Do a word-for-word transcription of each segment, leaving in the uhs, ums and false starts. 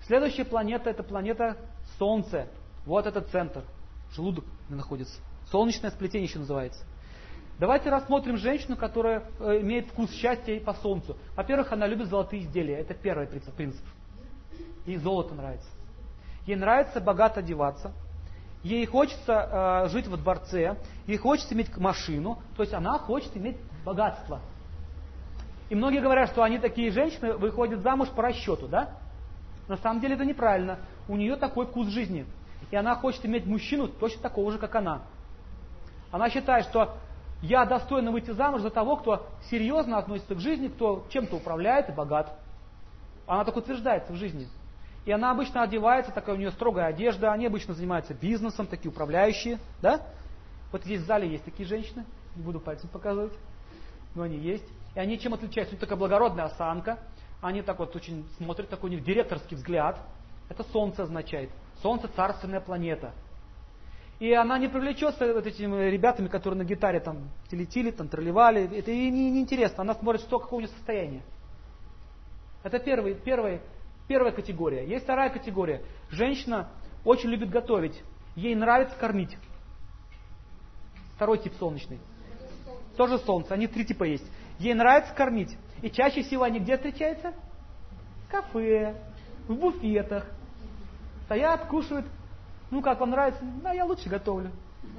Следующая планета — это планета Солнце. Вот это центр. Желудок находится. Солнечное сплетение еще называется. Давайте рассмотрим женщину, которая э, имеет вкус счастья и по Солнцу. Во-первых, она любит золотые изделия. Это первый принцип. принцип. Ей золото нравится. Ей нравится богато одеваться. Ей хочется э, жить во дворце. Ей хочется иметь машину. То есть она хочет иметь богатство. И многие говорят, что они такие женщины выходят замуж по расчету, да? На самом деле это неправильно. У нее такой вкус жизни. И она хочет иметь мужчину точно такого же, как она. Она считает, что я достойна выйти замуж за того, кто серьезно относится к жизни, кто чем-то управляет и богат. Она так утверждается в жизни. И она обычно одевается, такая у нее строгая одежда, они обычно занимаются бизнесом, такие управляющие, да? Вот здесь в зале есть такие женщины, не буду пальцем показывать, но они есть. И они чем отличаются? У них такая благородная осанка, они так вот очень смотрят, такой у них директорский взгляд. Это Солнце означает. Солнце — царственная планета. И она не привлечется вот этими ребятами, которые на гитаре там телетили, там тролливали. Это ей не, не интересно. Она смотрит, что, какое у нее состояние. Это первый, первый, первая категория. Есть вторая категория. Женщина очень любит готовить. Ей нравится кормить. Второй тип солнечный. Тоже Солнце. Они три типа есть. Ей нравится кормить. И чаще всего они где встречаются? В кафе, в буфетах. Стоят, кушают. Ну, как вам нравится? Да, я лучше готовлю.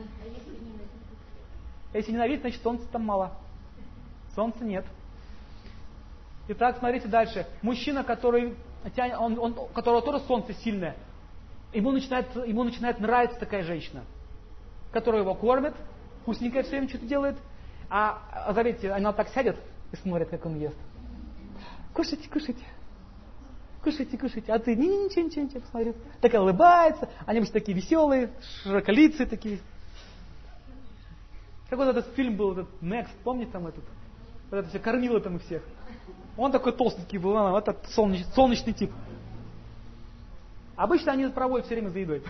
Если ненавидеть, значит солнца там мало. Солнца нет. Итак, смотрите дальше. Мужчина, который, он, он, у которого тоже солнце сильное, ему начинает, ему начинает нравиться такая женщина, которая его кормит, вкусненькое все время что-то делает. А, а заметьте, она так сядет и смотрит, как он ест. Кушайте, кушайте. Кушайте, кушайте. А ты ничего, ничего, ничего, посмотри. Такая улыбается. Они обычно такие веселые, широколицые такие. Как вот этот фильм был, этот Next, помните там этот? Вот это все кормило там их всех. Он такой толстенький был, вот этот солнечный, солнечный тип. Обычно они проводят все время за едой.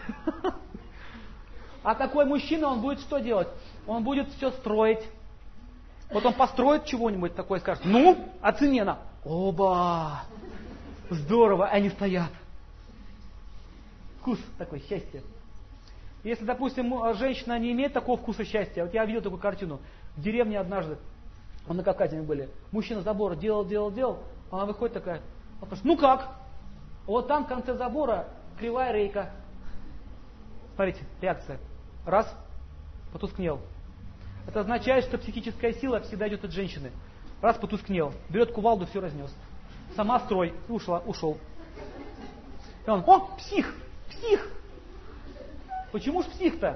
А такой мужчина, он будет что делать? Он будет все строить. Вот он построит чего-нибудь такое и скажет, ну, оцени она. Оба! Здорово, они стоят. Вкус такой, счастье. Если, допустим, женщина не имеет такого вкуса счастья, вот я видел такую картину, в деревне однажды, мы на Кавказе мы были, мужчина забор делал, делал, делал, она выходит такая, он спрашивает, ну как? Вот там в конце забора кривая рейка. Смотрите, реакция. Раз, потускнел. Это означает, что психическая сила всегда идет от женщины. Раз, потускнел, берет кувалду, все разнес. Сама строй, и ушла, ушел. И он, о, псих, псих. Почему ж псих-то?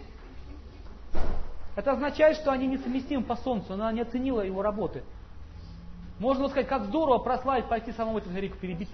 Это означает, что они несовместимы по солнцу, она не оценила его работы. Можно сказать, как здорово прославить, пойти самому эту реку перебить.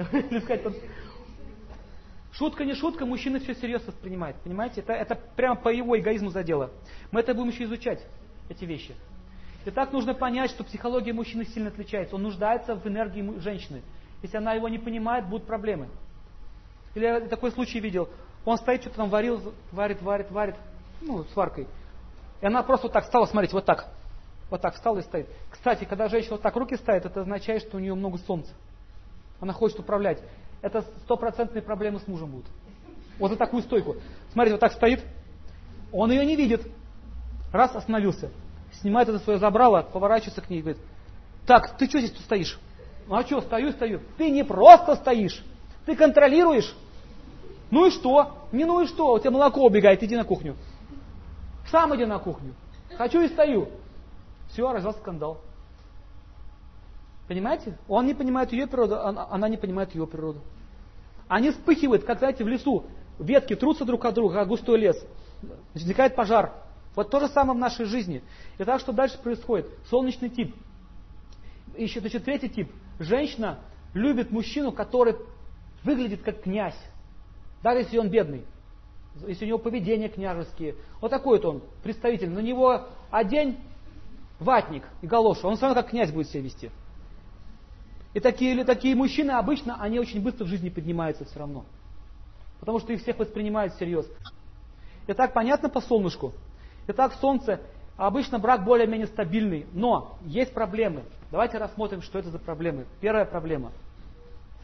Шутка не шутка, мужчина все серьезно воспринимает. Понимаете? Это, это прямо по его эгоизму задело. Мы это будем еще изучать, эти вещи. Итак, нужно понять, что психология мужчины сильно отличается. Он нуждается в энергии женщины. Если она его не понимает, будут проблемы. Или я такой случай видел. Он стоит, что-то там варил, варит, варит, варит, ну, сваркой. И она просто вот так встала, смотрите, вот так. Вот так встала и стоит. Кстати, когда женщина вот так руки ставит, это означает, что у нее много солнца. Она хочет управлять. Это стопроцентные проблемы с мужем будут. Вот за такую стойку. Смотрите, вот так стоит. Он ее не видит. Раз, остановился. Снимает это свое забрало, поворачивается к ней и говорит, так, ты что здесь тут стоишь? Ну а что, стою, стою. Ты не просто стоишь, ты контролируешь. Ну и что? Не ну и что? У тебя молоко убегает, иди на кухню. Сам иди на кухню. Хочу и стою. Все, развязался скандал. Понимаете? Он не понимает ее природу, она не понимает его природу. Они вспыхивают, как, знаете, в лесу. Ветки трутся друг от друга, как густой лес. Возникает пожар. Вот то же самое в нашей жизни. И так, что дальше происходит? Солнечный тип. Еще, значит, третий тип. Женщина любит мужчину, который выглядит как князь. Даже если он бедный. Если у него поведение княжеские. Вот такой вот он, представитель. На него одень ватник и галошу. Он все равно как князь будет себя вести. И такие, или такие мужчины обычно, они очень быстро в жизни поднимаются все равно. Потому что их всех воспринимают всерьез. Итак, понятно по солнышку? Итак, Солнце, обычно брак более-менее стабильный, но есть проблемы. Давайте рассмотрим, что это за проблемы. Первая проблема.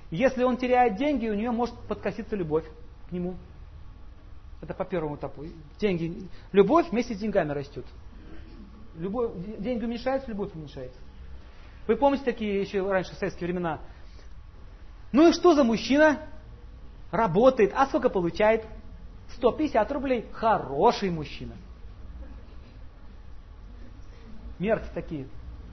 Если он теряет деньги, у нее может подкоситься любовь к нему. Это по первому этапу. Деньги, любовь вместе с деньгами растет. Любовь, деньги уменьшаются, любовь уменьшается. Вы помните такие еще раньше, в советские времена? Ну и что за мужчина? Работает. А сколько получает? сто пятьдесят рублей. Хороший мужчина. Мерки такие.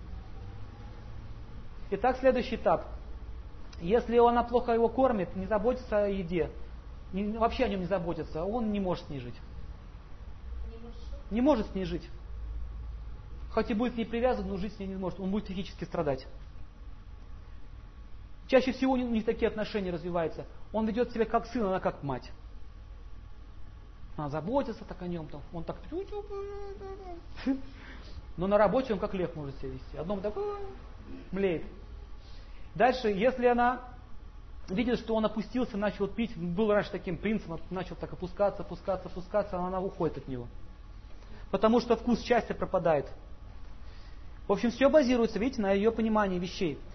Итак, следующий этап. Если она плохо его кормит, не заботится о еде, не, вообще о нем не заботится, он не может с ней жить. Не может с ней жить. Хоть и будет к ней привязан, но жить с ней не может. Он будет психически страдать. Чаще всего у них такие отношения развиваются. Он ведет себя как сын, она как мать. Она заботится так о нем, там, он так... Но на работе он как лев может себя вести. Одном такой млеет. Дальше, если она видит, что он опустился, начал пить, был раньше таким принцем, начал так опускаться, опускаться, опускаться, она уходит от него. Потому что вкус счастья пропадает. В общем, все базируется, видите, на ее понимании вещей.